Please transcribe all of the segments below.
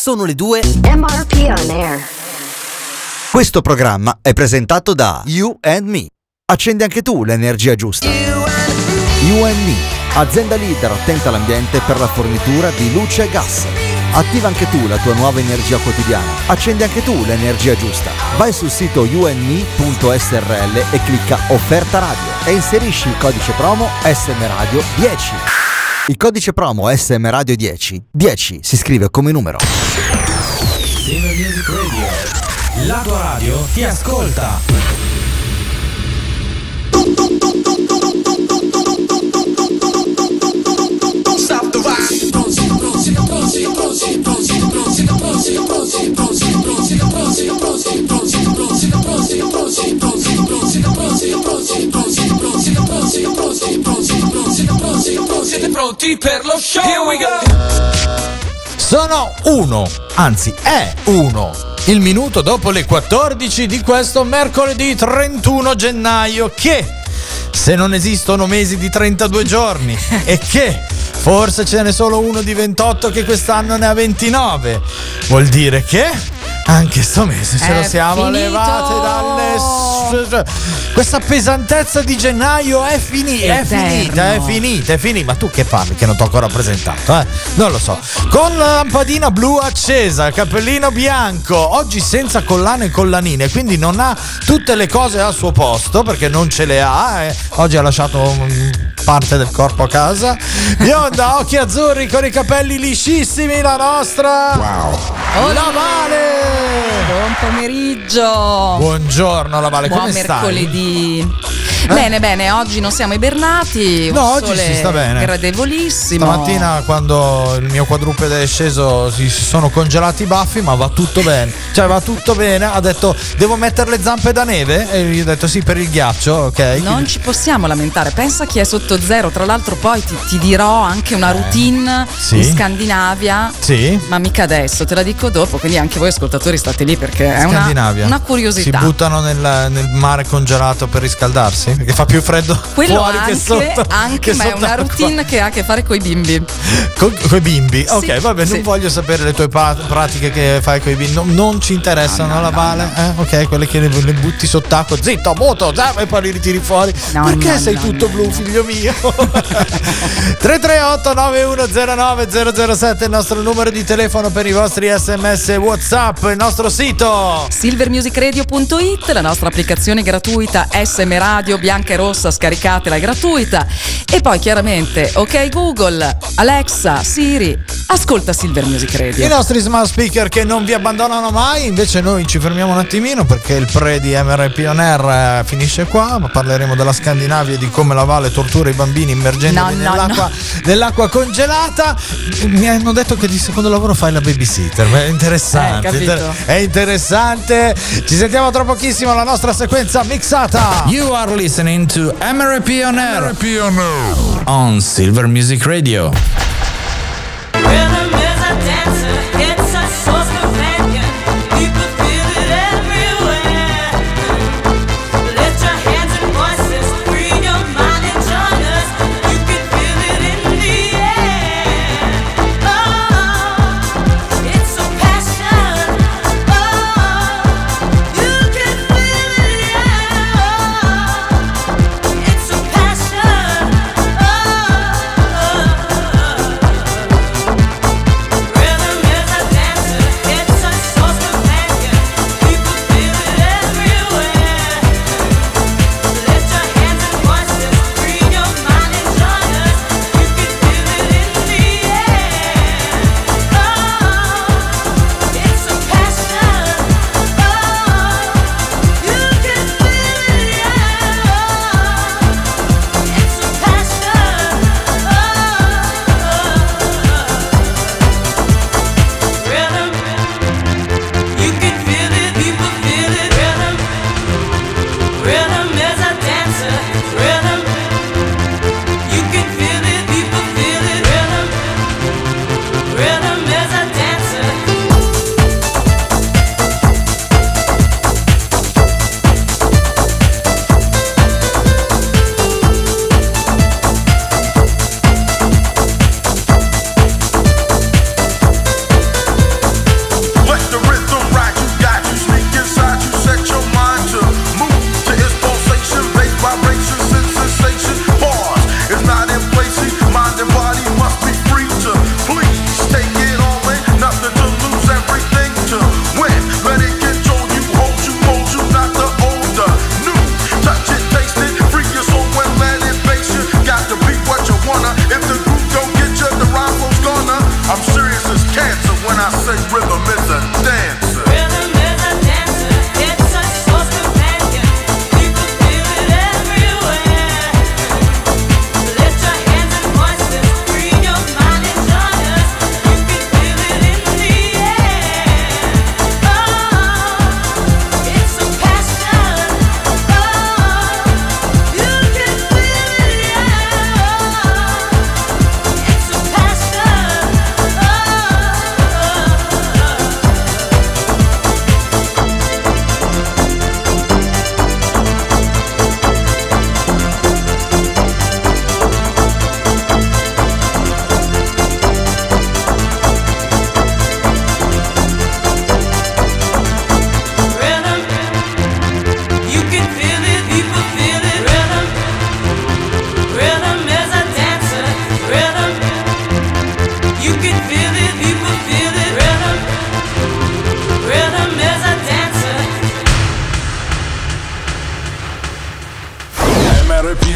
Sono le 2. MRP on air. Questo programma è presentato da You and Me. Accendi anche tu l'energia giusta. You and Me, azienda leader attenta all'ambiente per la fornitura di luce e gas. Attiva anche tu la tua nuova energia quotidiana. Accendi anche tu l'energia giusta. Vai sul sito youndme.srl e clicca Offerta Radio e inserisci il codice promo SM Radio 10. Il codice promo SM Radio 10 si scrive come numero. Silver Music Radio, la tua radio ti ascolta. Siete pronti per lo show? Here we go! Sono uno, anzi è uno, il minuto dopo le 14 di questo mercoledì 31 gennaio che, se non esistono mesi di 32 giorni e che forse ce n'è solo uno di 28 che quest'anno ne ha 29, vuol dire che anche sto mese ce lo siamo levate dalle... Questa pesantezza di gennaio è finita. Ma tu che parli che non t'ho ancora presentato, Non lo so. Con la lampadina blu accesa, cappellino bianco, oggi senza collane e collanine, quindi non ha tutte le cose al suo posto perché non ce le ha, oggi ha lasciato parte del corpo a casa. Bionda, occhi azzurri con i capelli liscissimi, la nostra La Vale. Buon pomeriggio. Buongiorno La Vale, buon come mercoledì. stai? Bene, oggi non siamo ibernati. No, un oggi sole si sta bene. Gradevolissimo. Stamattina quando il mio quadrupede è sceso si sono congelati i baffi, ma va tutto bene. Cioè va tutto bene. Ha detto devo mettere le zampe da neve e gli ho detto sì, per il ghiaccio, ok. Non ci possiamo lamentare. Pensa chi è sotto zero. Tra l'altro poi ti dirò anche una routine sì. in Scandinavia. Sì. Ma mica adesso, te la dico dopo. Quindi anche voi ascoltatori state lì perché è una curiosità. Si buttano nel mare congelato per riscaldarsi? Perché fa più freddo quello fuori anche, che sotto. Anche, che ma è una routine che ha a che fare coi bimbi. Coi bimbi? Sì, ok, vabbè, non voglio sapere le tue pratiche che fai coi bimbi. Non ci interessano, La Vale? Ok, quelle che le butti sott'acqua. Zitto, muto, e poi li ritiri fuori. Perché sei tutto blu, figlio mio? 338 9109 007 il nostro numero di telefono per i vostri SMS e WhatsApp, il nostro sito silvermusicradio.it, la nostra applicazione gratuita SM Radio bianca e rossa, scaricatela, è gratuita. E poi chiaramente ok Google, Alexa, Siri, ascolta Silver Music Radio. I nostri smart speaker che non vi abbandonano mai. Invece noi ci fermiamo un attimino perché il pre di MRP On Air finisce qua, ma parleremo della Scandinavia e di come la Vale tortura i bambini immergendoli nell'acqua congelata. Mi hanno detto che di secondo lavoro fai la babysitter, è interessante, è interessante. Ci sentiamo tra pochissimo alla nostra sequenza mixata. You are listening to MRP On Air on Silver Music Radio. Rhythm is a dancer, it's a source companion. People feel it everywhere. Lift your hands and voices, free your mind and join us. You can feel it in the air. Oh, it's a passion. Oh, you can feel it, yeah. Oh, it's a passion. Oh.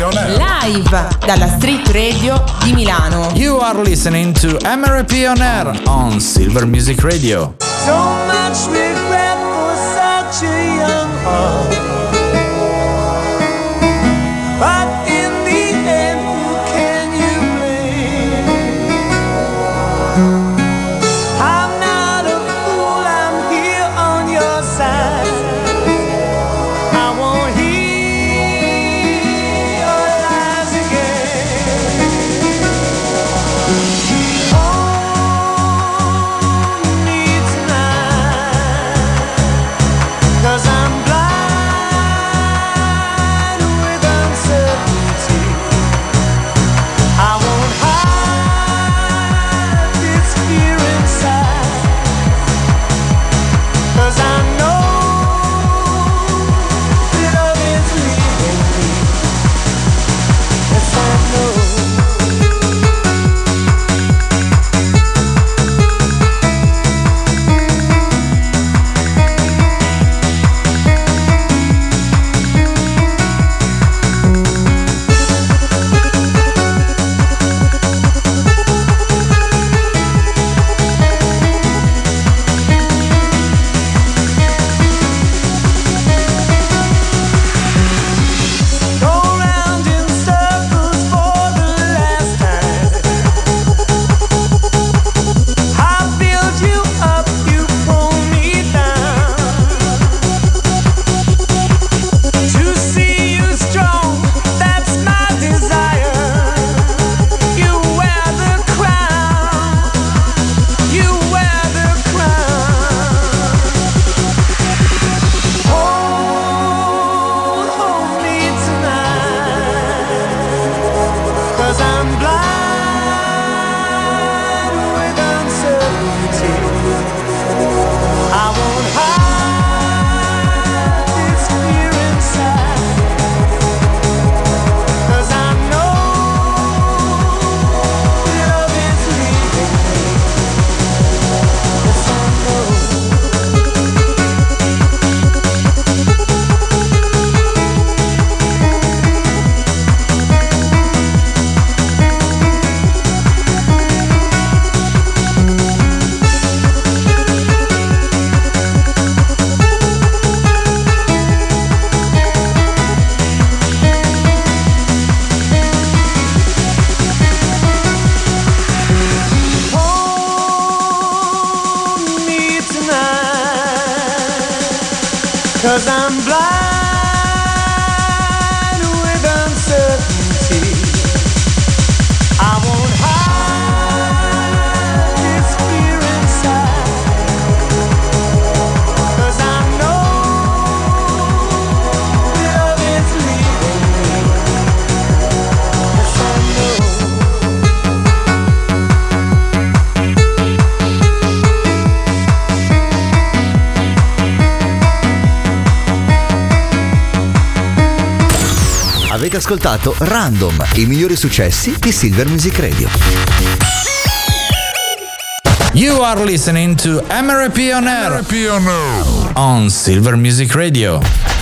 on Air. Live dalla Street Radio di Milano. You are listening to MRP on Air on Silver Music Radio. So much regret for such a young heart. But in the end, who can you blame? I'm not a fool, I'm here on your side. I won't hear your lies again. Hold me tonight, 'cause I'm blind with uncertainty. I won't hide this fear inside, 'cause I know that love is leaving me. Yes, I know. Go round in circles for the last time. I build you up, you pull me down. To see you strong, that's my desire. You wear the crown, you wear the crown. Hold me tonight, 'cause I'm blind with uncertainty. I won't hide this fear inside, 'cause I know that love is leaving me. Yes, I know. Hold me tonight, 'cause I'm blind with uncertainty. I won't hide this fear inside, 'cause I know that love is leaving me. Yes, I know. Avete ascoltato Random, i migliori successi di Silver Music Radio. You are listening to MRP on Air on Silver Music Radio.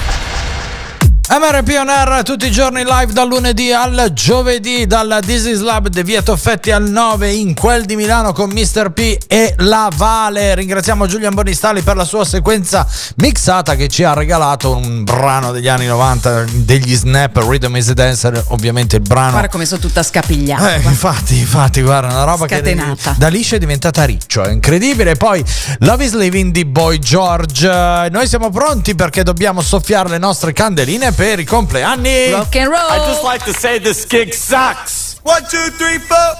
MRP on Air tutti i giorni live dal lunedì al giovedì, dalla This Is Lab di via Toffetti al 9 in quel di Milano con Mr. P e la Vale. Ringraziamo Giulian Bonistali per la sua sequenza mixata che ci ha regalato un brano degli anni 90 degli Snap, Rhythm is a Dancer, ovviamente il brano. Guarda come sono tutta scapigliata. Infatti, guarda, una roba scatenata. che da liscia è diventata riccio, è incredibile. Poi Love is Living di Boy George. Noi siamo pronti perché dobbiamo soffiare le nostre candeline per i compleanni. Rock and roll. I just like to say this gig sucks. 1, 2, 3, 4.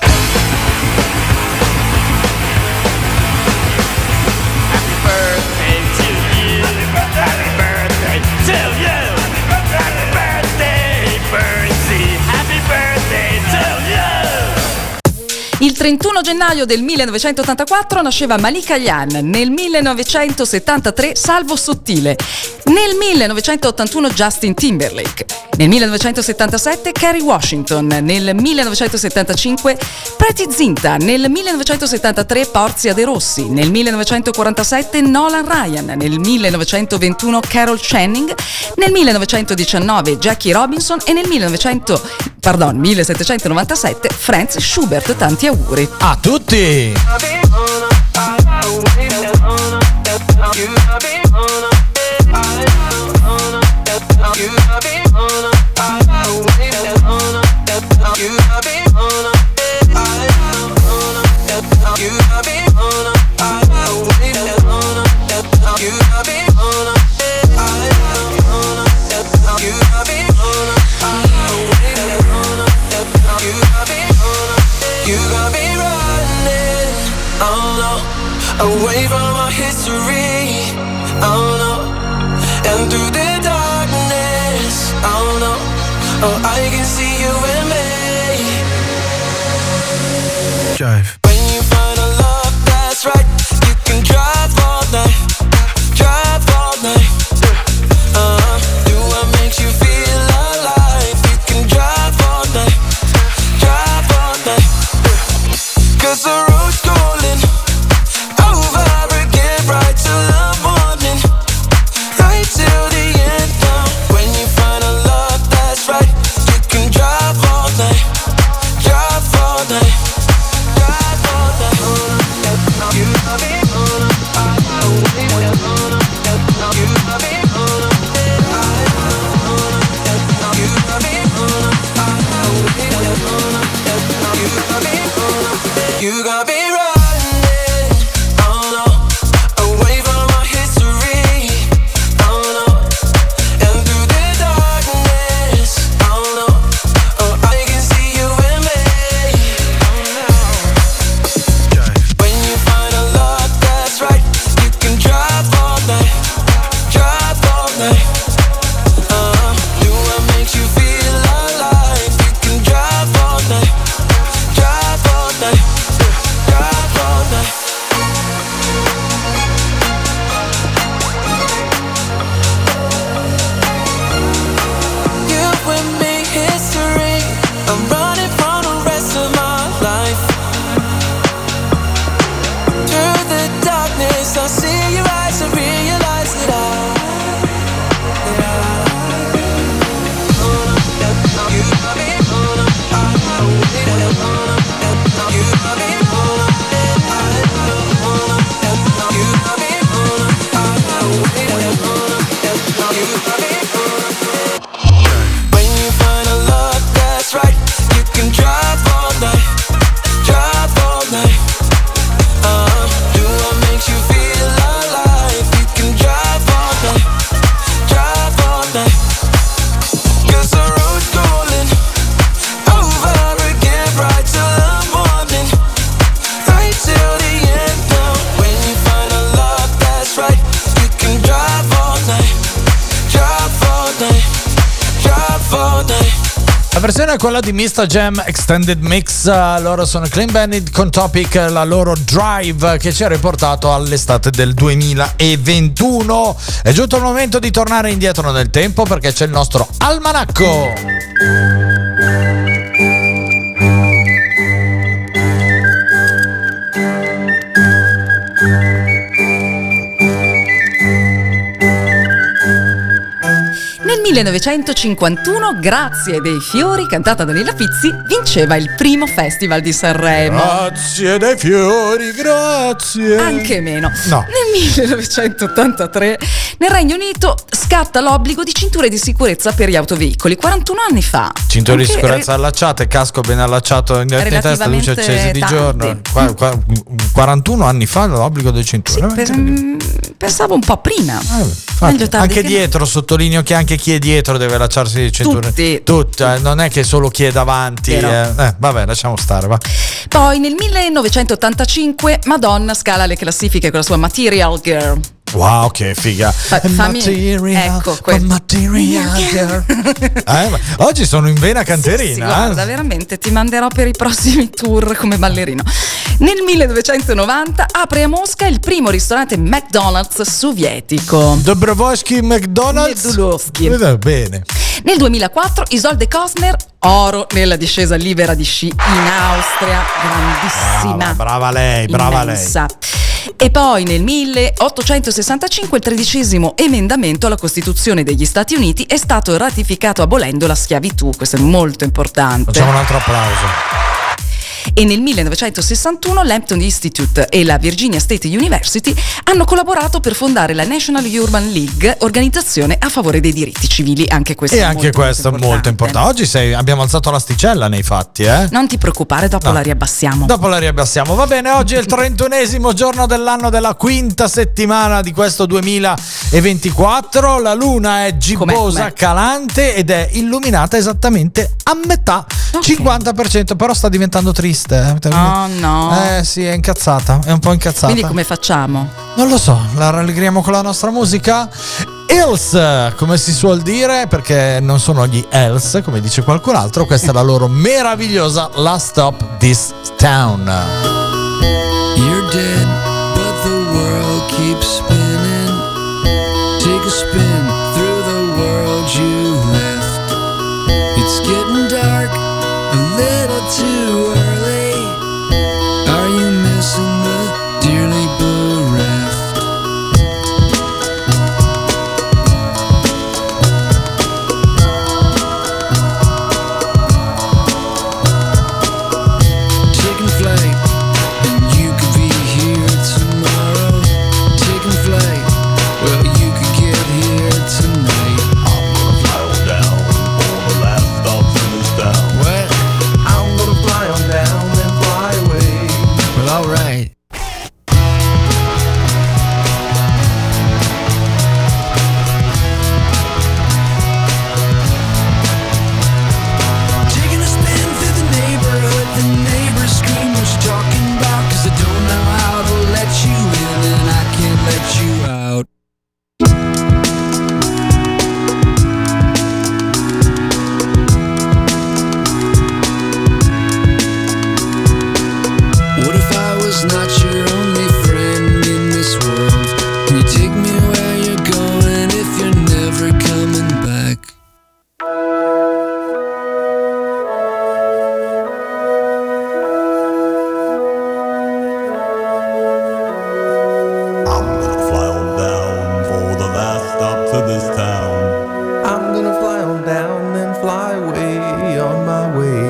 Happy birthday to you. Happy birthday to you. Happy birthday, Bernsey. Happy birthday to you. Il 31 gennaio del 1984 nasceva Malika Yan, nel 1973 Salvo Sottile, nel 1981 Justin Timberlake, nel 1977 Kerry Washington, nel 1975 Preeti Zinta, nel 1973 Porzia De Rossi, nel 1947 Nolan Ryan, nel 1921 Carol Channing, nel 1919 Jackie Robinson e nel 1797 Franz Schubert. Tanti auguri a tutti. Away from our history, oh no, and through the darkness, oh no, oh I can see you and me. Drive. When you find a love that's right, you can drive all night, drive all night. Do what makes you feel alive. You can drive all night, drive all night. 'Cause the road's calling. Right till the morning, right till the end. Now, when you find a love that's right, you can drive all night, drive all night, drive all night. You love me, you love me, you love me, you got me right. La versione è quella di Mr. Jam Extended Mix. Loro sono Clean Bandit con Topic, la loro Drive che ci ha riportato all'estate del 2021. È giunto il momento di tornare indietro nel tempo perché c'è il nostro almanacco. Nel 1951, Grazie dei fiori, cantata da Nilla Pizzi, vinceva il primo festival di Sanremo. Grazie dei fiori, grazie. Anche meno. No. Nel 1983, nel Regno Unito, scatta l'obbligo di cinture di sicurezza per gli autoveicoli. 41 anni fa. Cinture di sicurezza allacciate, casco ben allacciato in testa, luce accese di giorno. 41 anni fa l'obbligo delle cinture. Sì, pensavo un po' prima. Anche dietro, sottolineo che anche chi è dietro deve allacciarsi di cinture. Tutti. Non è che solo chi è davanti. Vabbè, lasciamo stare, va. Poi nel 1985 Madonna scala le classifiche con la sua Material Girl. Wow, che figa. Ecco, Ma oggi sono in vena canterina. Sì, guarda, veramente ti manderò per i prossimi tour come ballerino. Nel 1990 apre a Mosca il primo ristorante McDonald's sovietico. Dobrovolsky McDonald's. Bene. Nel 2004 Isolde Kostner, oro nella discesa libera di sci in Austria, grandissima. Brava lei. Immensa. E poi nel 1865 il 13° emendamento alla Costituzione degli Stati Uniti è stato ratificato abolendo la schiavitù. Questo è molto importante. Facciamo un altro applauso. E nel 1961 l'Hampton Institute e la Virginia State University hanno collaborato per fondare la National Urban League, organizzazione a favore dei diritti civili. Anche questo e è anche questo è molto importante. Oggi abbiamo alzato l'asticella nei fatti, eh? Non ti preoccupare, dopo la riabbassiamo. Va bene, oggi è il 31esimo giorno dell'anno della quinta settimana di questo 2024. La luna è gibbosa, calante ed è illuminata esattamente a metà, 50%, però sta diventando triste. Oh no. Sì, è incazzata, è un po' incazzata. Quindi come facciamo? Non lo so, la rallegriamo con la nostra musica. Hills, come si suol dire, perché non sono gli Hells, come dice qualcun altro. Questa è la loro meravigliosa Last Stop This Town. You're dead, but the world keeps spinning. Take a spin through the world you left. It's getting dark, a little too early. Are you missing the dearly bereft? Taking flight, and you could be here tomorrow. Taking flight, well you could get here tonight. I'm gonna fly on down for the last stops in this town. What? I'm gonna fly on down and fly away. Well, alright. Taking a spin through the neighborhood, the neighbors scream what you talking about, 'cause I don't know how to let you in and I can't let you out. What if I was not your only friend in this world? Can you take me where you're going if you're never coming back? I'm gonna fly on down for the last stop to this town. I'm gonna fly on down and fly away on my way.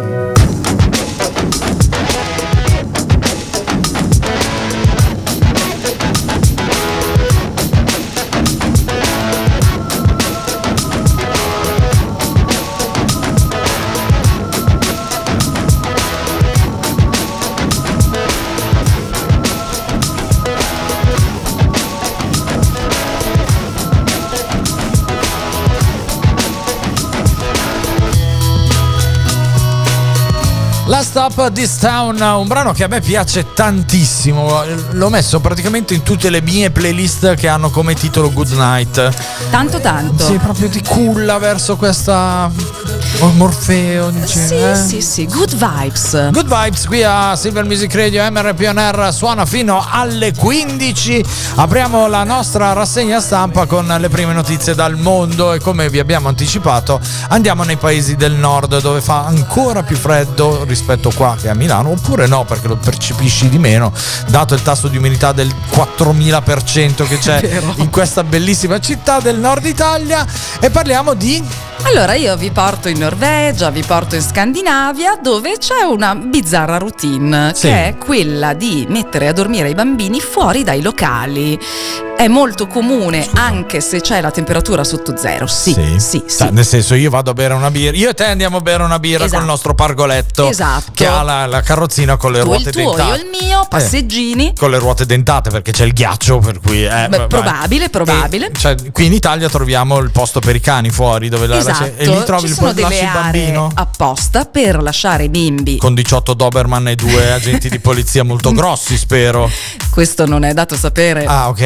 Last Stop This Town, un brano che a me piace tantissimo. L'ho messo praticamente in tutte le mie playlist che hanno come titolo Good Night. Tanto. Sì, proprio ti culla verso questa Morfeo, dice, Sì, good vibes. Good vibes qui a Silver Music Radio. MRP On Air suona fino alle 15. Apriamo la nostra rassegna stampa con le prime notizie dal mondo e, come vi abbiamo anticipato, andiamo nei paesi del nord dove fa ancora più freddo rispetto qua che a Milano, oppure no, perché lo percepisci di meno dato il tasso di umidità del 4000% che c'è in questa bellissima città del nord Italia. E parliamo di... Allora io vi porto in Norvegia, vi porto in Scandinavia, dove c'è una bizzarra routine, Sì. che è quella di mettere a dormire i bambini fuori dai locali. È molto comune anche se c'è la temperatura sotto zero. Sì. Nel senso, io vado a bere una birra, io e te andiamo a bere una birra Esatto. col nostro pargoletto, Esatto. che ha la carrozzina con le Tu ruote il tuo, dentate. io il mio, passeggini. Con le ruote dentate, perché c'è il ghiaccio, per cui Beh, probabile. Cioè, qui in Italia troviamo il posto per i cani fuori, dove Esatto. e lì trovi Ci il sono lasci delle il bambino aree apposta per lasciare i bimbi. con 18 Doberman e 2 agenti di polizia molto grossi, spero. Questo non è dato sapere. Ah, ok. Sono al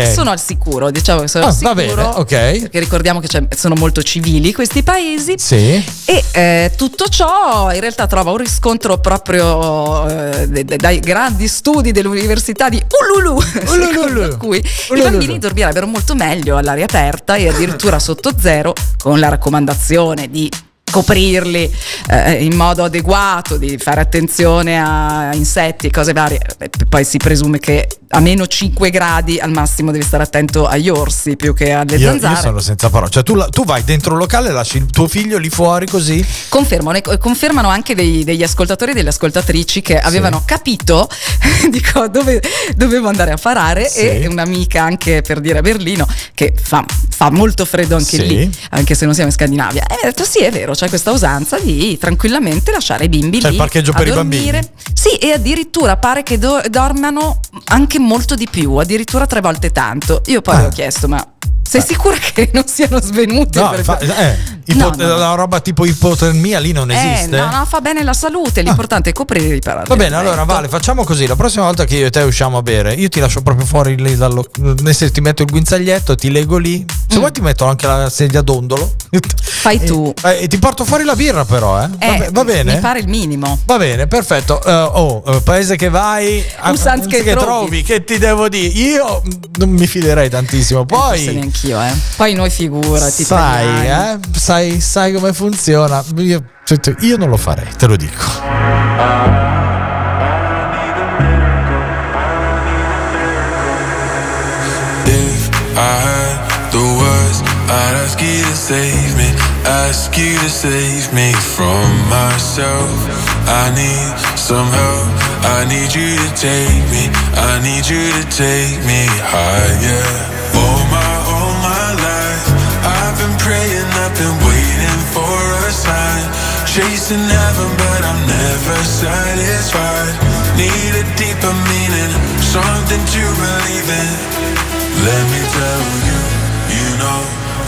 sicuro, diciamo che sono al sicuro. Va bene, ok. Perché ricordiamo che sono molto civili questi paesi. Sì. E tutto ciò in realtà trova un riscontro proprio dai grandi studi dell'università di Ululu, secondo cui i bambini dormirebbero molto meglio all'aria aperta e addirittura sotto zero, con la raccomandazione di coprirli in modo adeguato, di fare attenzione a insetti e cose varie. Poi si presume che a meno 5 gradi al massimo devi stare attento agli orsi più che alle zanzare. Io sono senza parole, cioè tu vai dentro un locale e lasci il tuo figlio lì fuori così? Confermano anche degli ascoltatori e delle ascoltatrici che avevano capito dico, dove dovevo andare a parare. Sì. E un'amica anche, per dire, a Berlino, che fa molto freddo anche Sì. lì, anche se non siamo in Scandinavia, ha detto sì, è vero, c'è questa usanza di tranquillamente lasciare i bimbi C'è lì il parcheggio a per i dormire. bambini. Sì, e addirittura pare che dormano anche molto di più, addirittura 3 volte tanto. Io poi ho chiesto, ma sei sicura che non siano svenuti? No, No. la roba tipo ipotermia lì non esiste? No, fa bene la salute, l'importante è coprire e riparare. Va bene, allora Vale, facciamo così: la prossima volta che io e te usciamo a bere, io ti lascio proprio fuori lì nel senso, ti metto il guinzaglietto, ti lego lì. Se vuoi ti metto anche la sedia dondolo. Fai tu. E ti porto fuori la birra però, va bene? Mi pare il minimo. Va bene, perfetto. Paese che vai, Usanze che trovi, che ti devo dire? Io non mi fiderei tantissimo. Forse Poi neanch'io, Poi noi figurati. sai come funziona. Io non lo farei, te lo dico. If I had the words, I'd ask you to save me, ask you to save me from myself. I need some help, I need you to take me, I need you to take me higher. All my life, I've been praying, I've been waiting for a sign, chasing heaven but I'm never satisfied. Need a deeper meaning, something to believe in. Let me tell you, you know,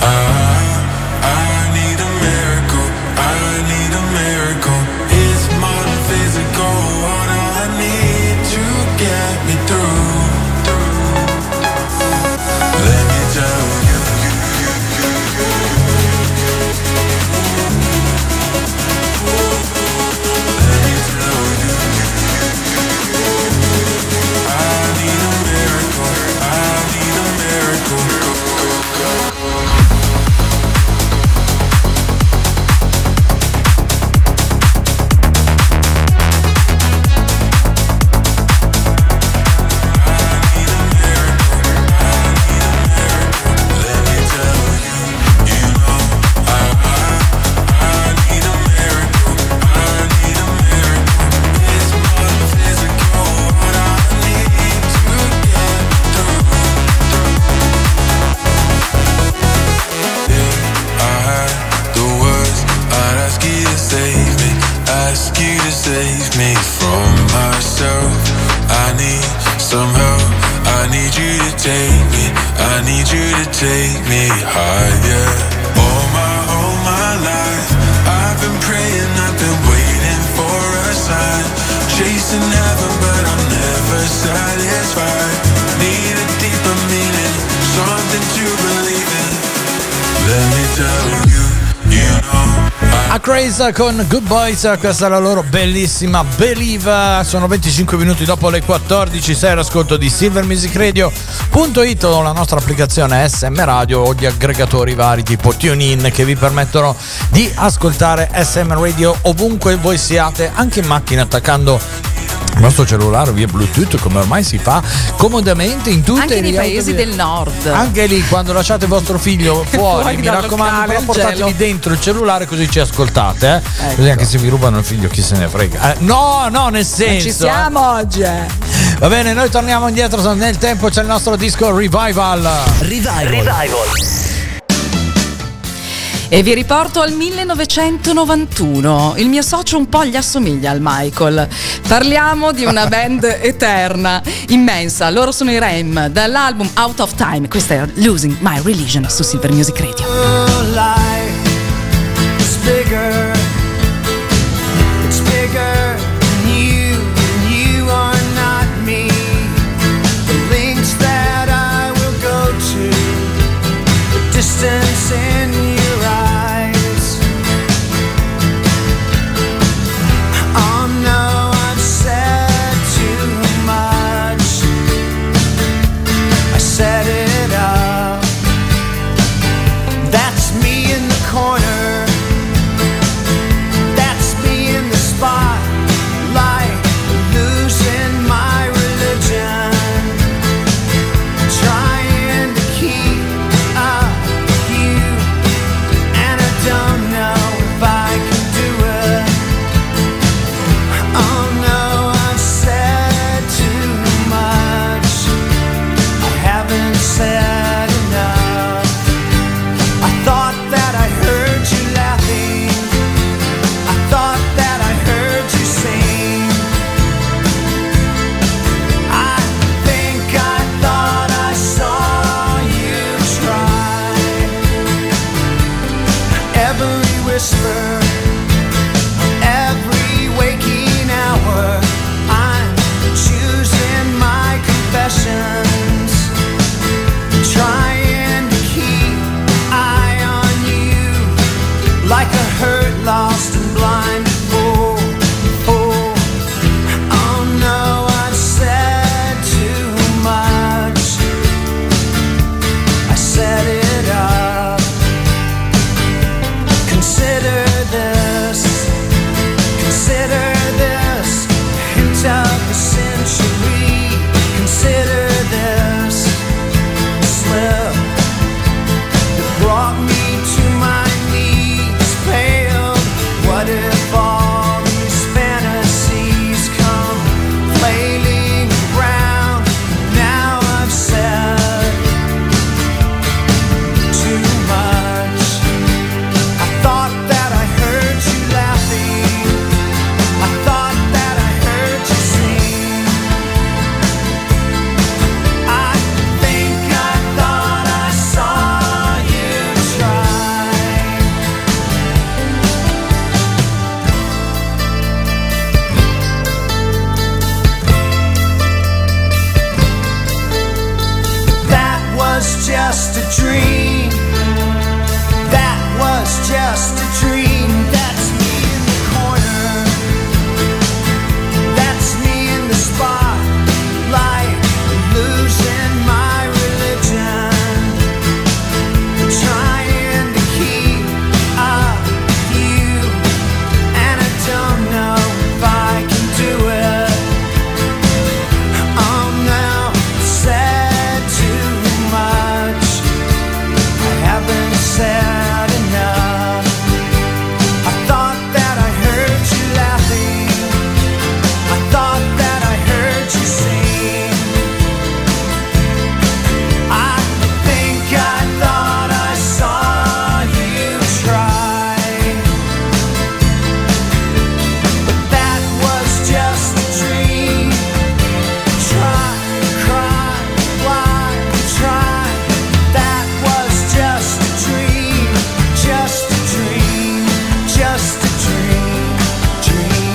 I need a miracle, I need a miracle. It's more than physical, what I need to get me through. Let me tell you, let me tell you, I need a miracle, I need a miracle. Save me from myself. I need some help, I need you to take me, I need you to take me higher. All my life, I've been praying, I've been waiting for a sign, chasing heaven but I'm never satisfied. Need a deeper meaning, something to believe in. Let me tell you, you know. A Crazy con Good Boys, questa è la loro bellissima Believe. Sono 25 minuti dopo le 14, sei all'ascolto di silvermusicradio.it, la nostra applicazione SM Radio o gli aggregatori vari tipo TuneIn che vi permettono di ascoltare SM Radio ovunque voi siate, anche in macchina attaccando il vostro cellulare via Bluetooth, come ormai si fa comodamente in tutte Anche le nei paesi del nord. Anche lì, quando lasciate vostro figlio fuori, mi dal raccomando, locale, però al portatevi gelo. dentro il cellulare così ci ascoltate, Ecco. Così anche se vi rubano il figlio chi se ne frega. No, nel senso. Ci siamo oggi. Va bene, noi torniamo indietro nel tempo, c'è il nostro disco Revival. E vi riporto al 1991. Il mio socio un po' gli assomiglia al Michael. Parliamo di una band eterna, immensa. Loro sono i Rem, dall'album Out of Time. Questa è Losing My Religion su Silver Music Radio. It's bigger than you are not me. The links that I will go to just a dream. That was just a dream. That's me in the corner. That's me in the spotlight, losing my religion, trying to keep up with you, and I don't know if I can do it. I'm now said too much. I haven't said enough. I thought that I heard you laughing. I thought that I heard you sing. I think I thought I saw you try, but that was just a dream. Try, cry, why try? That was just a dream, just a dream, just a dream, dream.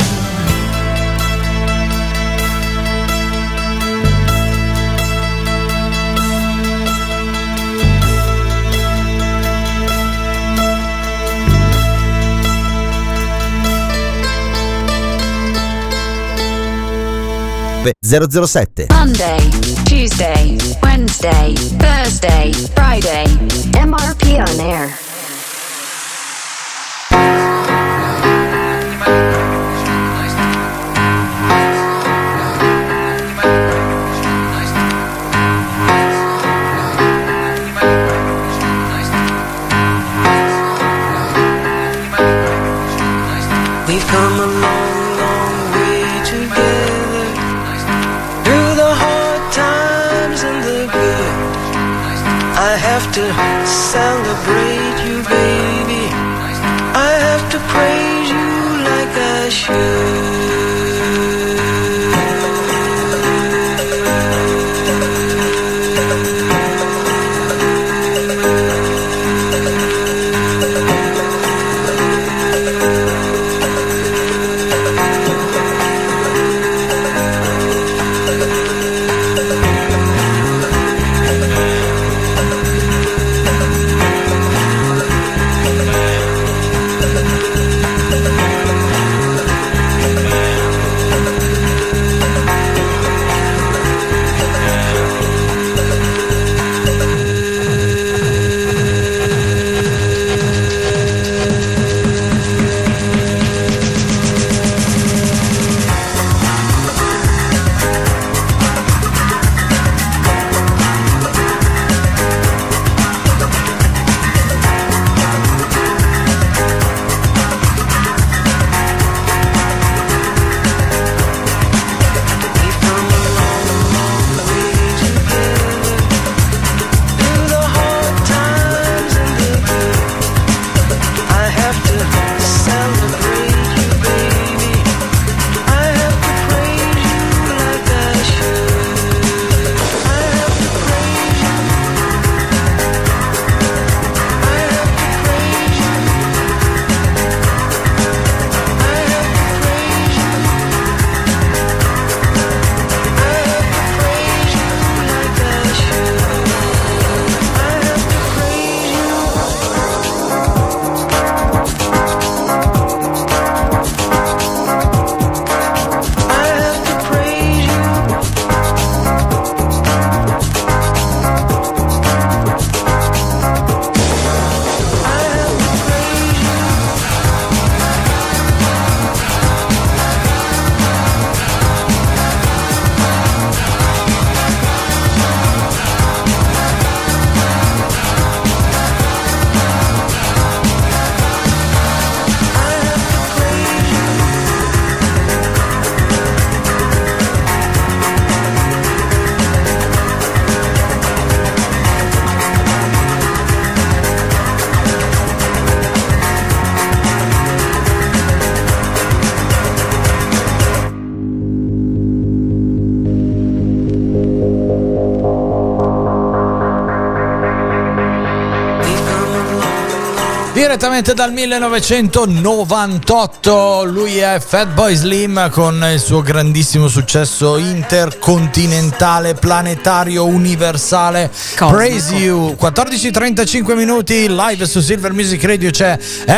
Beh, 007. Monday, Tuesday, Wednesday, Thursday, Friday. MRP on air. We've come a long, long way together, through the hard times and the good. I have to celebrate you, baby. I have to praise you like I should. Direttamente dal 1998, lui è Fatboy Slim con il suo grandissimo successo intercontinentale, planetario, universale, Cosmico. Praise You. 14:35 minuti, live su Silver Music Radio c'è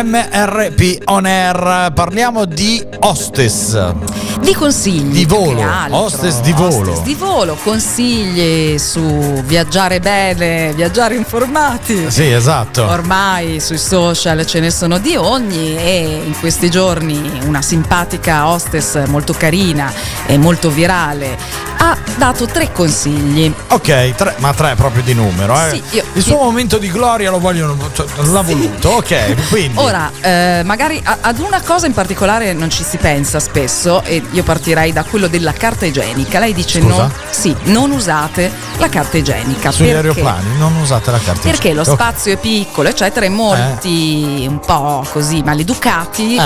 MRP On Air. Parliamo di hostess. Di consigli. Di più volo, che altro. hostess di volo. Hostess di volo, consigli su viaggiare bene, viaggiare informati. Sì, esatto. Ormai sui social ce ne sono di ogni e in questi giorni una simpatica hostess molto carina e molto virale ha dato 3 consigli. Ok, 3 proprio di numero. Sì, il suo momento di gloria lo vogliono, cioè, l'ha voluto. Ok, quindi. Ora, magari ad una cosa in particolare non ci si pensa spesso e io partirei da quello della carta igienica. Lei dice Scusa? non usate la carta igienica. Sugli perché? aeroplani non usate la carta Perché lo igienica. spazio è piccolo, eccetera, e molti un po' così maleducati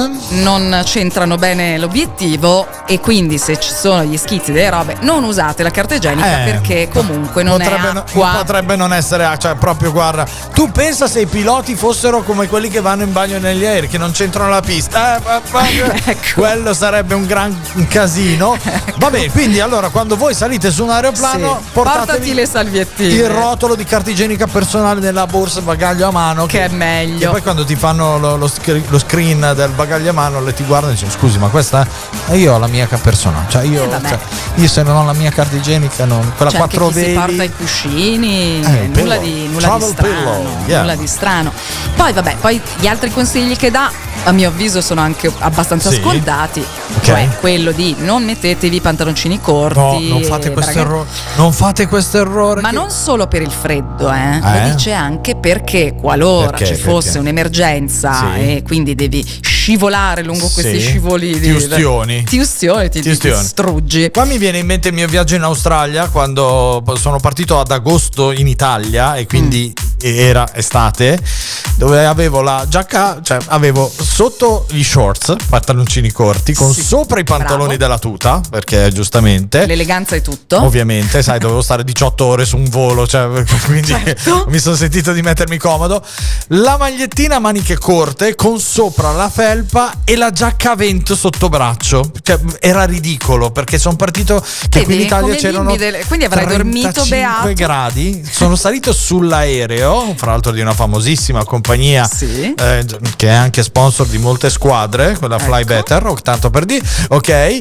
non centrano bene l'obiettivo e quindi se ci sono gli schizzi delle robe non usate la carta igienica perché comunque non è acqua. Potrebbe non essere, cioè proprio guarda, tu pensa se i piloti fossero come quelli che vanno in bagno negli aerei che non c'entrano la pista, Ecco. quello sarebbe un gran casino. Vabbè, quindi allora quando voi salite su un aeroplano Sì. portatevi Portati le salviettine. il rotolo di carta igienica personale nella borsa bagaglio a mano Che è meglio. E poi quando ti fanno lo screen del bagaglio a mano le ti guardano e dicono scusi ma questa io ho la mia personale, cioè io se non ho la mia carta igienica non, quella C'è 4 anche chi veli si porta i cuscini, nulla di Travel strano, pillow, yeah. nulla di strano. Poi gli altri consigli che dà a mio avviso sono anche abbastanza Sì. scontati, Ok. cioè quello di non mettetevi i pantaloncini corti. No, non fate questo errore. Non fate questo errore. Ma che- non solo per il freddo, lo dice anche perché qualora Perché? ci fosse Perché? un'emergenza Sì. e quindi devi scivolare lungo questi Sì. scivolini, Ti ustioni. ti struggi. Qua mi viene in mente il mio viaggio in Australia quando sono partito ad agosto in Italia e quindi era estate, dove avevo la giacca, cioè avevo sotto gli shorts, pantaloncini corti, con Sì, sopra i pantaloni bravo. della tuta, perché giustamente L'eleganza è tutto. ovviamente, sai, dovevo stare 18 ore su un volo, cioè, quindi Certo. mi sono sentito di mettermi comodo. La magliettina a maniche corte con sopra la felpa e la giacca a vento sotto braccio. Cioè, era ridicolo perché sono partito che Vedi, qui in Italia come c'erano quindi avrai dormito 35 beato. gradi. Sono salito sull'aereo, fra l'altro di una famosissima compagnia Sì. che è anche sponsor di molte squadre, quella Fly Ecco. Better, o tanto per dire, ok,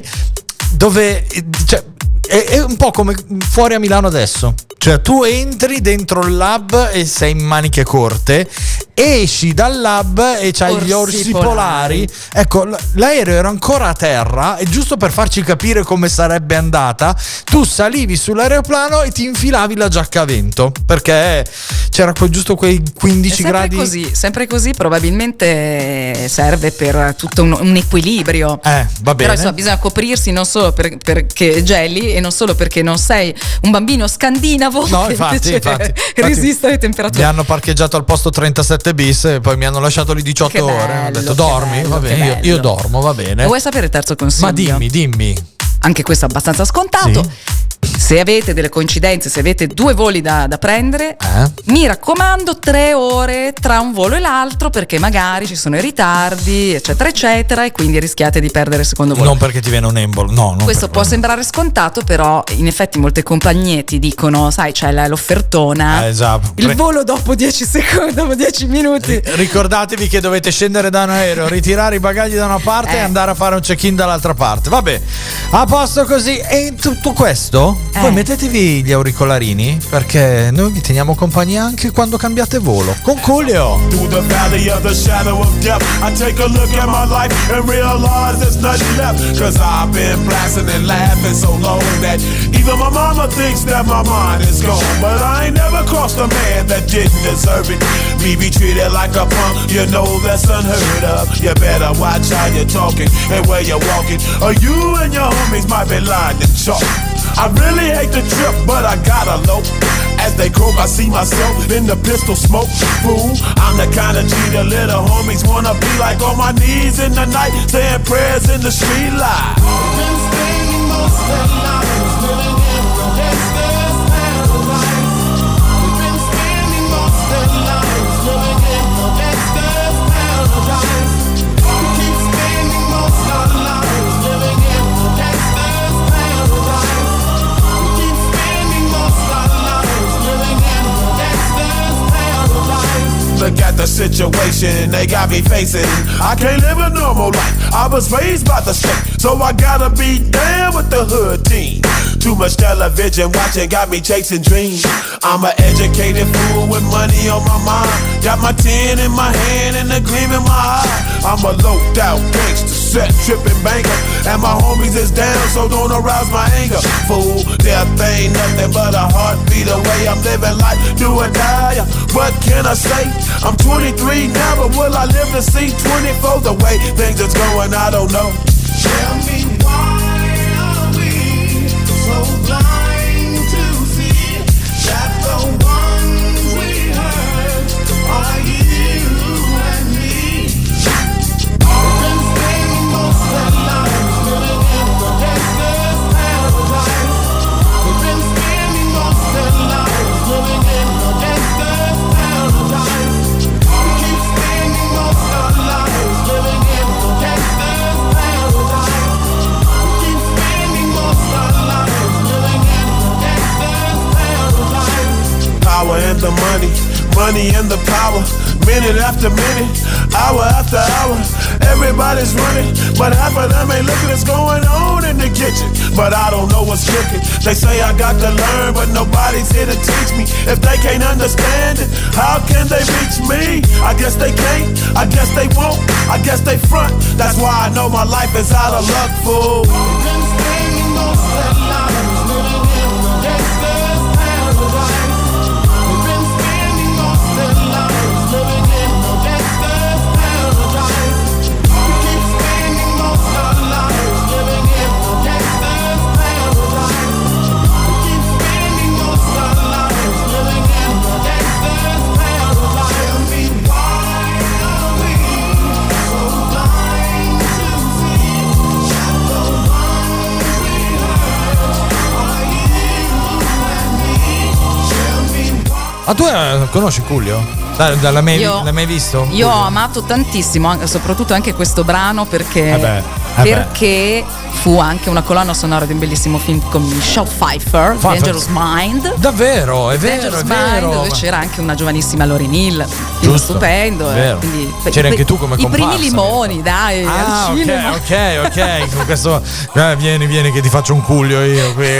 dove cioè, è un po' come fuori a Milano adesso. Cioè tu entri dentro il lab e sei in maniche corte, esci dal lab e c'hai gli orsi polari. Ecco, l'aereo era ancora a terra e giusto per farci capire come sarebbe andata, tu salivi sull'aeroplano e ti infilavi la giacca a vento perché c'era giusto quei 15 gradi. Sempre così probabilmente serve per tutto un equilibrio. Va bene. Però insomma bisogna coprirsi non solo perché geli e non solo perché non sei un bambino scandinavo No, che infatti, invece resiste alle mi temperature. hanno parcheggiato al posto 37 bis e poi mi hanno lasciato lì 18 Che ore. Ho bello, detto che dormi, bello, va che bene, io bello. dormo, va bene. Vuoi sapere il terzo consiglio? Ma dimmi. Anche questo è abbastanza scontato. Sì. Se avete delle coincidenze, se avete 2 voli da prendere, mi raccomando 3 ore tra un volo e l'altro perché magari ci sono i ritardi, eccetera, eccetera, e quindi rischiate di perdere il secondo volo. Non perché ti viene un embolo, no. Non Questo per può sembrare scontato, però in effetti molte compagnie ti dicono, sai, c'è l'offertona, esatto. il volo dopo 10 secondi, dopo 10 minuti. Ricordatevi che dovete scendere da un aereo, ritirare i bagagli da una parte e andare a fare un check-in dall'altra parte. Vabbè, a posto così. E in tutto questo, poi mettetevi gli auricolarini perché noi vi teniamo compagnia anche quando cambiate volo. Con Coolio. Through the valley of the shadow of death, I take a look at my life and realize there's nothing left. Cause I've been blasting and laughing so long that even my mama thinks that my mind is gone. But I ain't never crossed a man that didn't deserve it. Me be treated like a punk, you know that's unheard of. You better watch how you're talking and where you're walking, or you and your homies might be lined in chalk. I really hate the trip, but I gotta low. As they croak, I see myself in the pistol smoke. Fool, I'm the kind of G the little homies wanna be like, on my knees in the night, saying prayers in the street light. Been spending most of the lives living in the gangster's paradise. We've been spending most of the lives living in the gangster's look at the situation they got me facing. I can't live a normal life. I was raised by the state, so I gotta be down with the hood team. Too much television watching got me chasing dreams. I'm an educated fool with money on my mind. Got my 10 in my hand and a gleam in my eye. I'm a loped out gangster, set tripping banker, and my homies is down, so don't arouse my anger. Fool, death ain't nothing but a heartbeat away. I'm living life, do or die. What can I say? I'm 23 now, but will I live to see 24? The way things is going, I don't know. Tell me why are we so blind to see that the ones we hurt are you and me? We've been spending most of our lives living in the gangster's paradise. We've been spending most of our lives living in the gangster's paradise. We keep spending most of our lives living in the gangster's paradise. We keep spending most of our lives living in the gangster's paradise. Power and the money, money and the power. Minute after minute, hour after hour, everybody's running, but half of them ain't looking what's going on in the kitchen. But I don't know what's cooking. They say I got to learn, but nobody's here to teach me. If they can't understand it, how can they reach me? I guess they can't, I guess they won't, I guess they front. That's why I know my life is out of luck, fool. We've been spending most of our lives living in the gangster's paradise. We've been spending most of our lives living in the gangster's paradise. We keep spending most of our lives living in the gangster's paradise. We keep spending most of our lives living in the gangster's paradise. Tell me why are we so blind to see that the ones we hurt are you and me? Tell me why. Ma tu conosci Coolio? L'hai mai visto? Io ho amato tantissimo, soprattutto anche questo brano perché fu anche una colonna sonora di un bellissimo film con Michelle Pfeiffer, Dangerous Mind. Davvero, è vero, Dangerous è vero. Mind, dove c'era anche una giovanissima Lauryn Hill, film stupendo. Vero. Quindi, C'eri anche tu come i comparsa. primi limoni, dai, al cinema. ok. Con questo, vieni che ti faccio un cuglio io qui.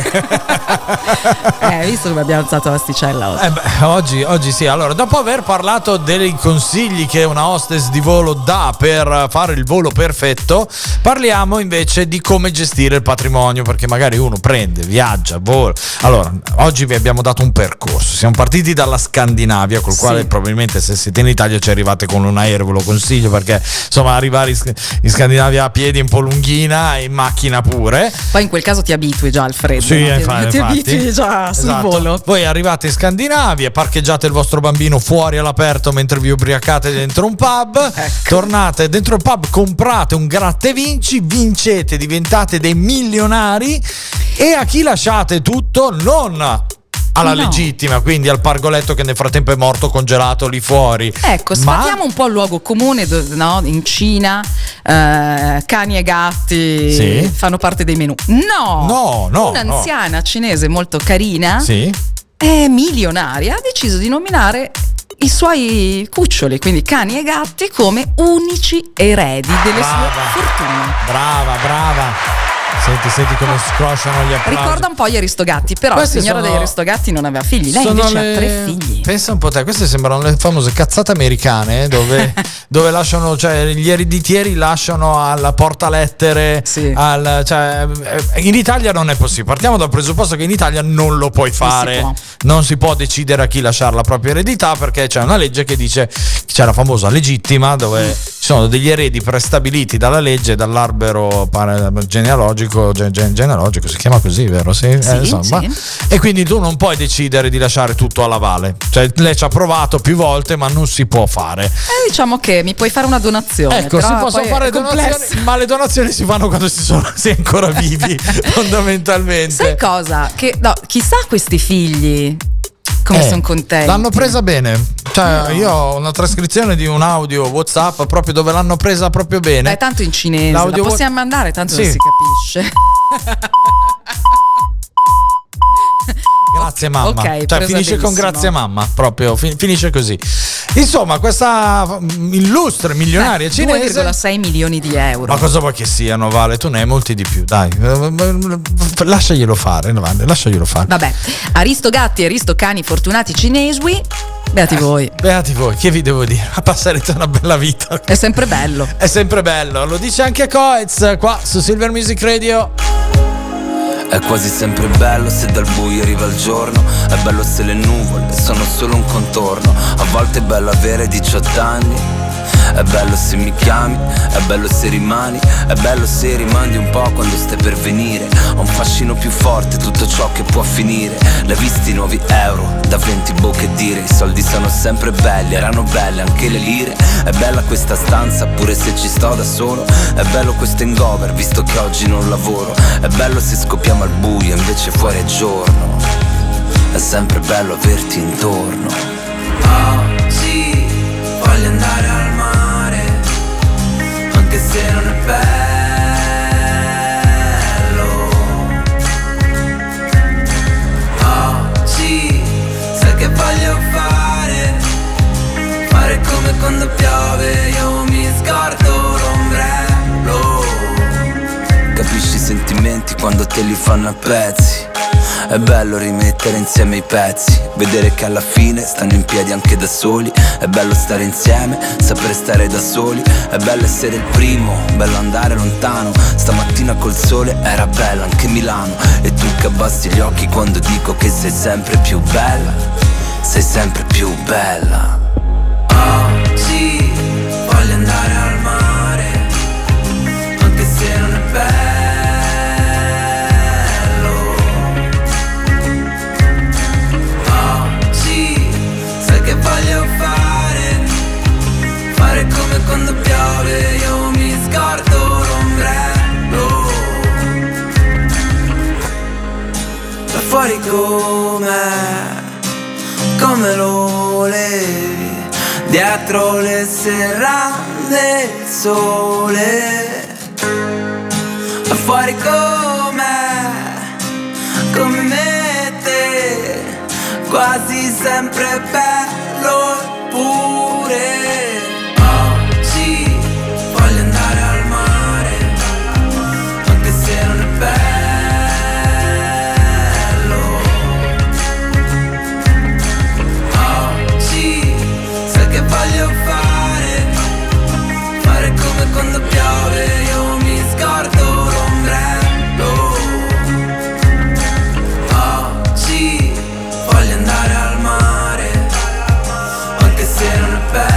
Visto come abbiamo alzato l'asticella oggi. Oggi sì. Allora, dopo aver parlato dei consigli che una hostess di volo dà per fare il volo perfetto, parliamo invece di come gestire il patrimonio, perché magari uno prende, viaggia, vola. Allora, oggi vi abbiamo dato un percorso. Siamo partiti dalla Scandinavia, col quale probabilmente se siete in Italia ci arrivate con un aereo, ve lo consiglio, perché insomma arrivare in Scandinavia a piedi è un po' lunghina e in macchina pure. Poi in quel caso ti abitui già al freddo, sì, no? Ti abitui già sul volo. Voi arrivate in Scandinavia, parcheggiate il vostro bambino fuori all'aperto mentre vi ubriacate dentro un pub, tornate dentro il pub, comprate un gratta e vinci, vincete, diventate dei milionari, e a chi lasciate tutto? Non alla legittima, quindi al pargoletto che nel frattempo è morto congelato lì fuori. Ecco, sfatiamo un po' il luogo comune, no? In Cina cani e gatti fanno parte dei menù. No, un'anziana cinese molto carina, è milionaria, ha deciso di nominare i suoi cuccioli, quindi cani e gatti, come unici eredi delle sue fortune. Brava. Senti come scrosciano gli applausi. Ricorda un po' gli Aristogatti, però la signora degli Aristogatti non aveva figli, lei invece ha 3 figli. Pensa un po' te, queste sembrano le famose cazzate americane, dove lasciano, cioè gli ereditieri lasciano alla portalettere, cioè, in Italia non è possibile. Partiamo dal presupposto che in Italia non lo puoi fare, non si può decidere a chi lasciare la propria eredità, perché c'è una legge che dice, c'è la famosa legittima, dove ci sono degli eredi prestabiliti dalla legge, dall'albero genealogico, si chiama così, vero? Sì. E quindi tu non puoi decidere di lasciare tutto alla Vale, cioè lei ci ha provato più volte, ma non si può fare. Diciamo che mi puoi fare una donazione. Ecco, si possono fare donazioni, ma le donazioni si fanno quando si è ancora vivi, fondamentalmente. Sai cosa? Che chissà questi figli come sono contenti. L'hanno presa bene. Cioè, io ho una trascrizione di un audio WhatsApp proprio dove l'hanno presa proprio bene. È tanto in cinese, la possiamo mandare, tanto non si capisce. grazie mamma. Ok, cioè presa finisce con benissimo. grazie mamma, proprio finisce così. Insomma, questa illustre milionaria cinese. 2,6 milioni di euro. Ma cosa vuoi che siano, Vale? Tu ne hai molti di più, dai. Lasciaglielo fare, Vale, lasciaglielo fare. Vabbè, Aristogatti e Aristocani fortunati cinesi. Beati voi. Beati voi, che vi devo dire? Passerete una bella vita. È sempre bello. È sempre bello, lo dice anche Coez qua su Silver Music Radio. È quasi sempre bello se dal buio arriva il giorno. È bello se le nuvole sono solo un contorno. A volte è bello avere 18 anni. È bello se mi chiami, è bello se rimani. È bello se rimandi un po' quando stai per venire. Ho un fascino più forte, tutto ciò che può finire. L'hai visti i nuovi euro, da 20 bocche dire. I soldi sono sempre belli, erano belle anche le lire. È bella questa stanza, pure se ci sto da solo. È bello questo hangover, visto che oggi non lavoro. È bello se scoppiamo al buio, invece fuori è giorno. È sempre bello averti intorno. Oggi voglio andare al mare, anche se non è bello. Oggi sai che voglio fare come quando piove, io mi scordo l'ombrello. Capisci i sentimenti quando te li fanno a pezzi. È bello rimettere insieme i pezzi, vedere che alla fine stanno in piedi anche da soli. È bello stare insieme, sapere stare da soli. È bello essere il primo, bello andare lontano. Stamattina col sole era bella anche Milano. E tu che abbassi gli occhi quando dico che sei sempre più bella. Sei sempre più bella. Oggi voglio andare al mare, anche se non è bello. Voglio fare come quando piove, io mi scordo l'ombrello. Da fuori come lo levi, dietro le serrande il sole. Da fuori come me te, quasi sempre bello eppure. Oggi voglio andare al mare, anche se non è bello. Oggi sai che voglio fare come quando piove, io mi scordo l'ombrello. Oggi voglio andare al mare, anche se non è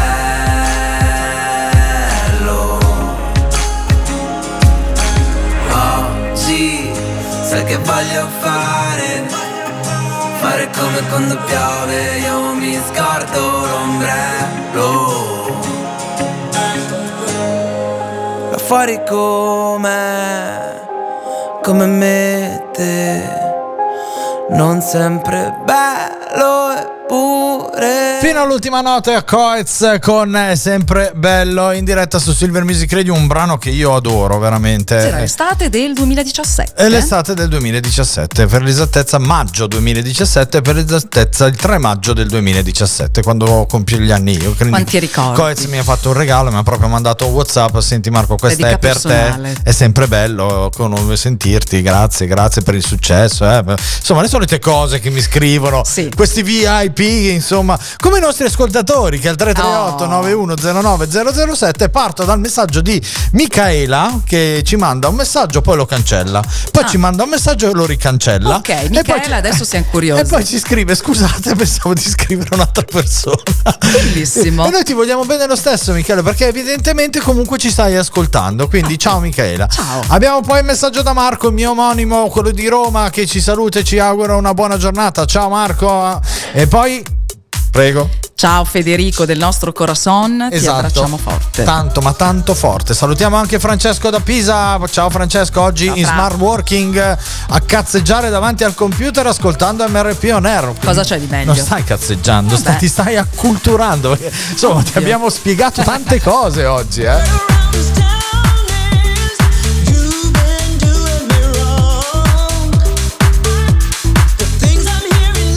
bello. Oggi sai che voglio fare come quando piove, io mi scordo l'ombrello. Là fuori come me te, non sempre bello eppure. Fino all'ultima nota a Coez con Sempre Bello, in diretta su Silver Music Radio, un brano che io adoro veramente. Era l'estate del 2017. È l'estate del 2017, per l'esattezza maggio 2017, per l'esattezza il 3 maggio del 2017, quando compio gli anni io. Quanti ricordi. Coez mi ha fatto un regalo, mi ha proprio mandato un WhatsApp: senti Marco, questa Dedica è per personale. te, è sempre bello sentirti, grazie per il successo, insomma le solite cose che mi scrivono, sì. Questi VIP, insomma, come i nostri ascoltatori che al 338 9109 007 parto dal messaggio di Michaela che ci manda un messaggio, poi lo cancella, poi ci manda un messaggio e lo ricancella. Ok, Michaela, adesso siamo curiosi. E poi ci scrive: scusate, pensavo di scrivere un'altra persona. Bellissimo. E noi ti vogliamo bene lo stesso, Michele, perché evidentemente comunque ci stai ascoltando, quindi ciao Michela. Ciao. Abbiamo poi il messaggio da Marco, il mio omonimo, quello di Roma, che ci saluta e ci augura una buona giornata. Ciao Marco. E poi prego. Ciao Federico del nostro Corazon, ti abbracciamo forte. Tanto, ma tanto forte. Salutiamo anche Francesco da Pisa. Ciao Francesco, oggi in smart working a cazzeggiare davanti al computer ascoltando MRP On Air. Cosa c'è di meglio? Non stai cazzeggiando, ti stai acculturando, perché, insomma, ti abbiamo spiegato tante cose oggi, Things I'm hearing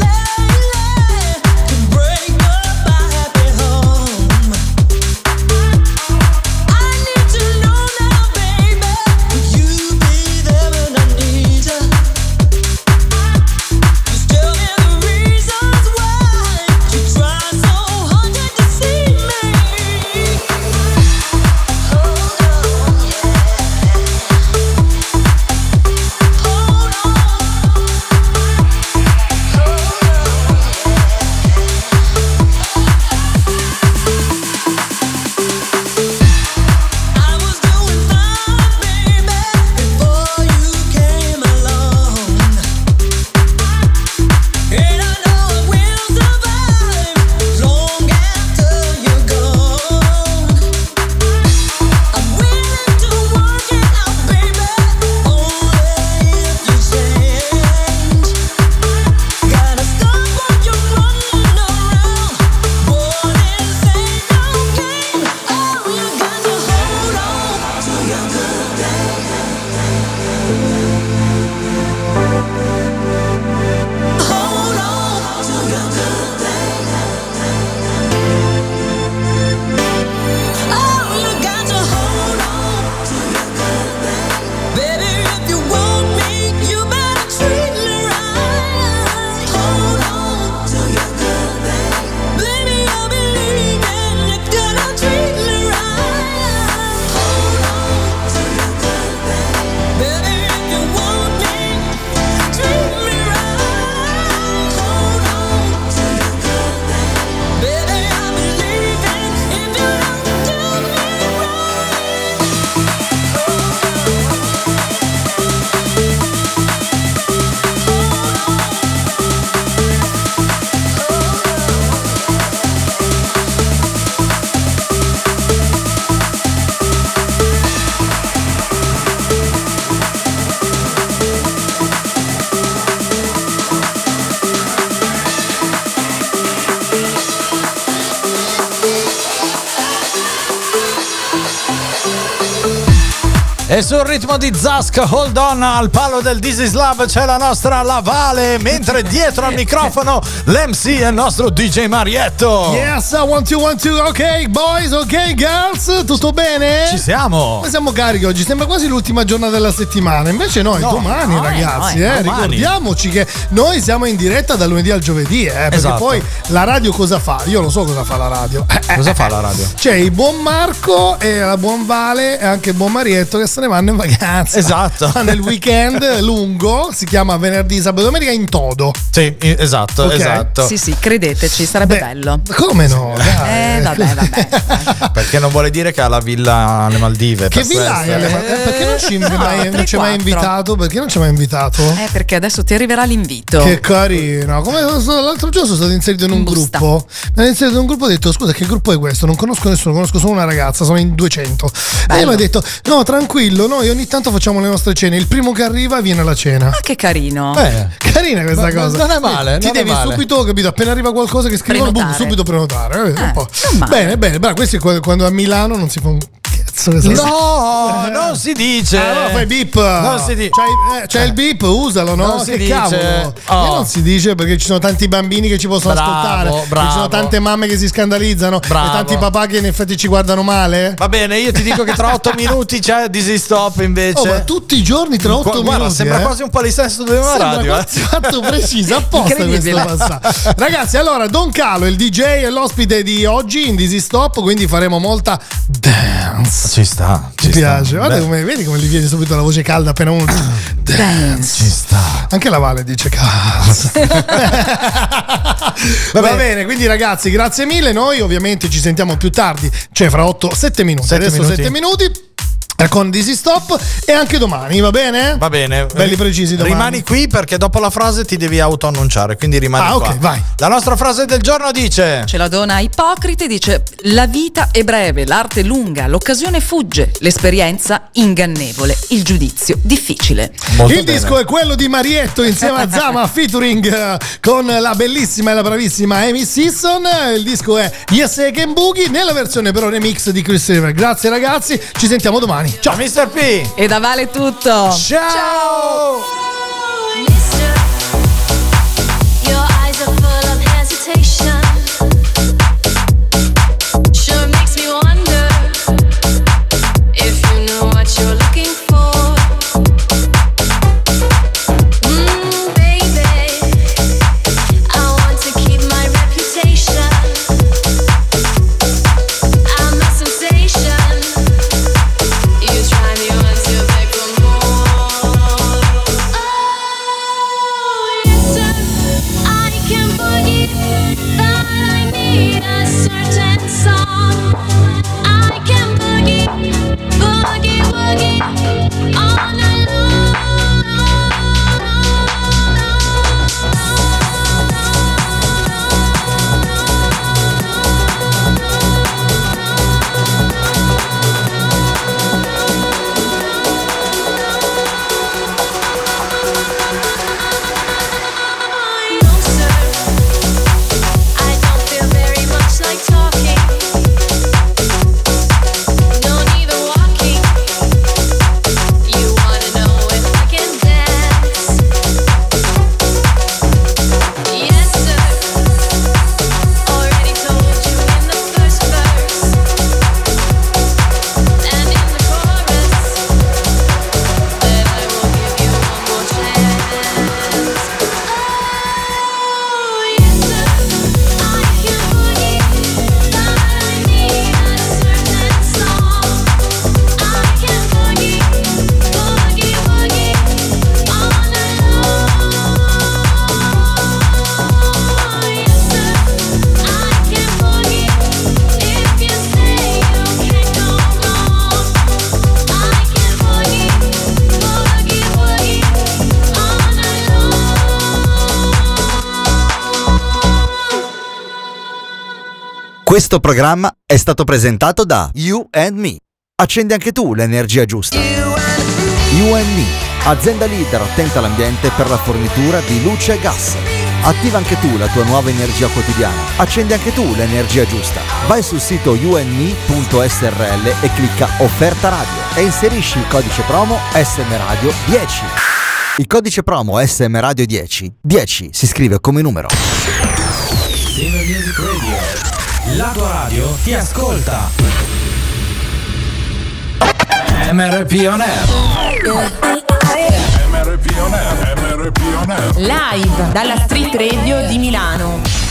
E sul ritmo di Zask Hold On al palo del This Is Love c'è la nostra Lavale, mentre dietro al microfono l'MC è il nostro DJ Marietto. Yes, 1, 2, 1, 2, ok boys, ok girls, tutto bene? Ci siamo. Noi siamo carichi oggi, sembra quasi l'ultima giornata della settimana, invece noi domani ragazzi, domani. Ricordiamoci che noi siamo in diretta dal lunedì al giovedì, perché Esatto. poi la radio cosa fa? Io lo so cosa fa la radio. Cosa fa la radio? C'è il buon Marco e la buon Vale e anche il buon Marietto che se ne vanno in vacanza. Esatto. Nel weekend lungo, si chiama venerdì, sabato e domenica in todo. Sì, esatto, Ok. esatto. Sì, credeteci, sarebbe bello. Come no? Dai. Vabbè. Perché non vuole dire che ha la villa alle Maldive. Che per villa hai questo. perché non ci non ci hai mai 3-4. invitato? Perché non ci hai mai invitato? Perché adesso ti arriverà l'invito. Che carino. Come l'altro giorno sono stato inserito in un gruppo. Mi hanno inserito in un gruppo e ho detto: scusa, che gruppo è questo? Non conosco nessuno, conosco solo una ragazza, sono in 200. E lei mi ha detto: no, tranquillo, noi ogni tanto facciamo le nostre cene. Il primo che arriva viene alla cena. Ah, che carino. Carina questa cosa. Non è male. Ti non è devi male. subito, capito? Appena arriva qualcosa che scrivono, boom, Prenotare. subito prenotare. Un po'. non male. Bene, bravo. Questo è quando a Milano non si fa un cazzo. No, non si dice. Allora fai beep. Non si dice. C'hai il beep, usalo, no? Non si che dice. cavolo. Oh. Non si dice perché ci sono tanti bambini che ci possono Bravo, ascoltare. bravo. Ci sono tante mamme che si scandalizzano. Bravo. E tanti papà che in effetti ci guardano male. Va bene, io ti dico che tra 8 minuti c'è Dizzy Stop invece. Oh, ma tutti i giorni tra 8 minuti. Guarda, sembra quasi un palisesto di una radio. Quasi fatto preciso apposta questo Incredibile. passaggio. Ragazzi, allora Don Calo, il DJ e l'ospite di oggi in Dizzy Stop, quindi faremo molta dance. Ci sta. Ci piace. Guarda come, vedi come gli viene subito la voce calda appena uno dance. Ci sta. Anche la Vale dice cazzo. Va bene, quindi ragazzi, grazie mille. Noi ovviamente ci sentiamo più tardi, cioè fra 7 minuti. Adesso 7 minuti. Con Dizzy Stop e anche domani, va bene? Va bene. Belli precisi domani. Rimani qui perché dopo la frase ti devi autoannunciare, quindi rimani qua. Ok, vai. La nostra frase del giorno dice: Ce la dona Ipocrite, dice: la vita è breve, l'arte è lunga, l'occasione fugge, l'esperienza ingannevole, il giudizio difficile. Il disco è quello di Marietto insieme a Zama featuring con la bellissima e la bravissima Amy Sisson. Il disco è Yes I Can Boogie nella versione però remix di Chris River. Grazie ragazzi, ci sentiamo domani. Ciao Mr. P. E da Vale tutto. Ciao. Your eyes are full of hesitation. Sure makes me wonder if you know what you're looking for. Baby, I want to keep my reputation. I'm a sensation. You try me once, you beg for more. Oh, yes sir, I can boogie, but I need a certain song. I can boogie, boogie, boogie all night long. No sir, I don't feel very much like talking. No need of walking. You wanna know if I can dance? Yes sir, already told you in the first verse and in the chorus that I will give you one more chance. Oh yes sir, I can boogie, but I need a certain song. I can boogie, boogie, boogie all night long. Yes sir, I can boogie. If you say you can't go wrong, I can boogie, boogie, boogie all night long. Questo programma è stato presentato da You and Me. Accendi anche tu l'energia giusta. You and Me, azienda leader attenta all'ambiente per la fornitura di luce e gas. Attiva anche tu la tua nuova energia quotidiana. Accendi anche tu l'energia giusta. Vai sul sito unme.srl e clicca Offerta Radio e inserisci il codice promo SM Radio 10. Il codice promo SM Radio 10 si scrive come numero. Dinner Music Radio. La tua radio ti ascolta. MRP On Air. Live dalla Street Radio di Milano.